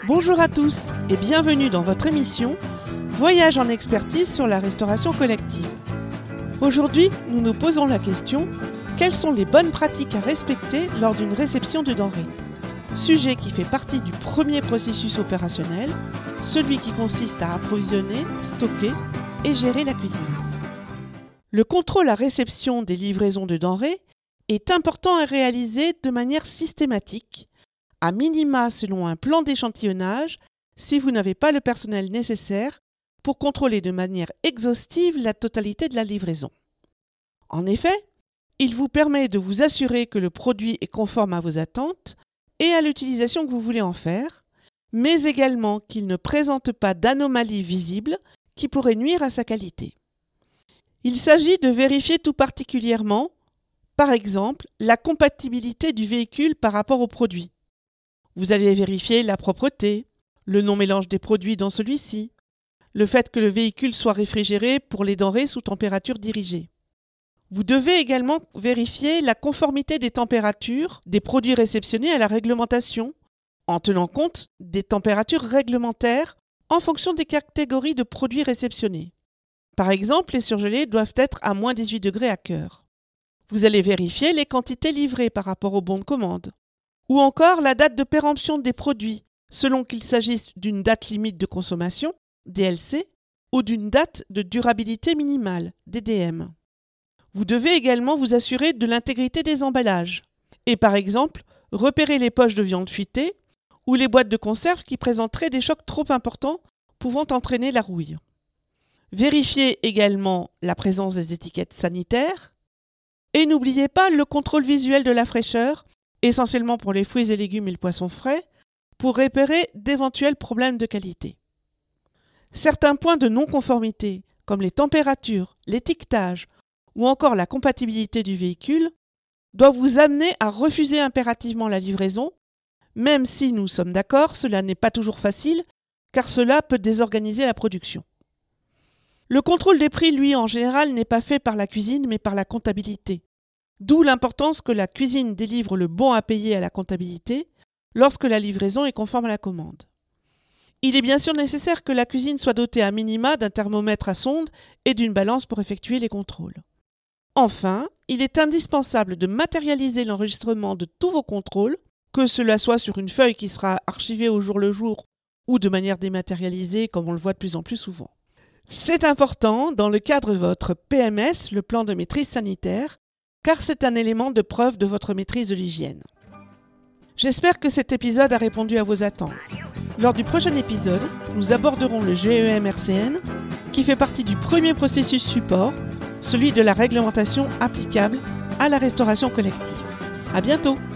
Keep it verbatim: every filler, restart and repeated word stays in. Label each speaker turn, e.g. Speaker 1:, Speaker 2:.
Speaker 1: Bonjour à tous et bienvenue dans votre émission Voyage en expertise sur la restauration collective. Aujourd'hui, nous nous posons la question « Quelles sont les bonnes pratiques à respecter lors d'une réception de denrées ?» Sujet qui fait partie du premier processus opérationnel, celui qui consiste à approvisionner, stocker et gérer la cuisine. Le contrôle à réception des livraisons de denrées est important à réaliser de manière systématique, à minima selon un plan d'échantillonnage si vous n'avez pas le personnel nécessaire pour contrôler de manière exhaustive la totalité de la livraison. En effet, il vous permet de vous assurer que le produit est conforme à vos attentes et à l'utilisation que vous voulez en faire, mais également qu'il ne présente pas d'anomalies visibles qui pourraient nuire à sa qualité. Il s'agit de vérifier tout particulièrement, par exemple, la compatibilité du véhicule par rapport au produit. Vous allez vérifier la propreté, le non-mélange des produits dans celui-ci, le fait que le véhicule soit réfrigéré pour les denrées sous température dirigée. Vous devez également vérifier la conformité des températures des produits réceptionnés à la réglementation, en tenant compte des températures réglementaires en fonction des catégories de produits réceptionnés. Par exemple, les surgelés doivent être à moins dix-huit degrés à cœur. Vous allez vérifier les quantités livrées par rapport au bon de commande. Ou encore la date de péremption des produits, selon qu'il s'agisse d'une date limite de consommation, D L C, ou d'une date de durabilité minimale, D D M. Vous devez également vous assurer de l'intégrité des emballages, et par exemple, repérer les poches de viande fuitée ou les boîtes de conserve qui présenteraient des chocs trop importants pouvant entraîner la rouille. Vérifiez également la présence des étiquettes sanitaires, et n'oubliez pas le contrôle visuel de la fraîcheur, essentiellement pour les fruits et légumes et le poisson frais, pour repérer d'éventuels problèmes de qualité. Certains points de non-conformité, comme les températures, l'étiquetage ou encore la compatibilité du véhicule, doivent vous amener à refuser impérativement la livraison, même si nous sommes d'accord, cela n'est pas toujours facile, car cela peut désorganiser la production. Le contrôle des prix, lui, en général, n'est pas fait par la cuisine, mais par la comptabilité. D'où l'importance que la cuisine délivre le bon à payer à la comptabilité lorsque la livraison est conforme à la commande. Il est bien sûr nécessaire que la cuisine soit dotée à minima d'un thermomètre à sonde et d'une balance pour effectuer les contrôles. Enfin, il est indispensable de matérialiser l'enregistrement de tous vos contrôles, que cela soit sur une feuille qui sera archivée au jour le jour ou de manière dématérialisée comme on le voit de plus en plus souvent. C'est important dans le cadre de votre P M S, le plan de maîtrise sanitaire, car c'est un élément de preuve de votre maîtrise de l'hygiène. J'espère que cet épisode a répondu à vos attentes. Lors du prochain épisode, nous aborderons le G E M R C N, qui fait partie du premier processus support, celui de la réglementation applicable à la restauration collective. À bientôt!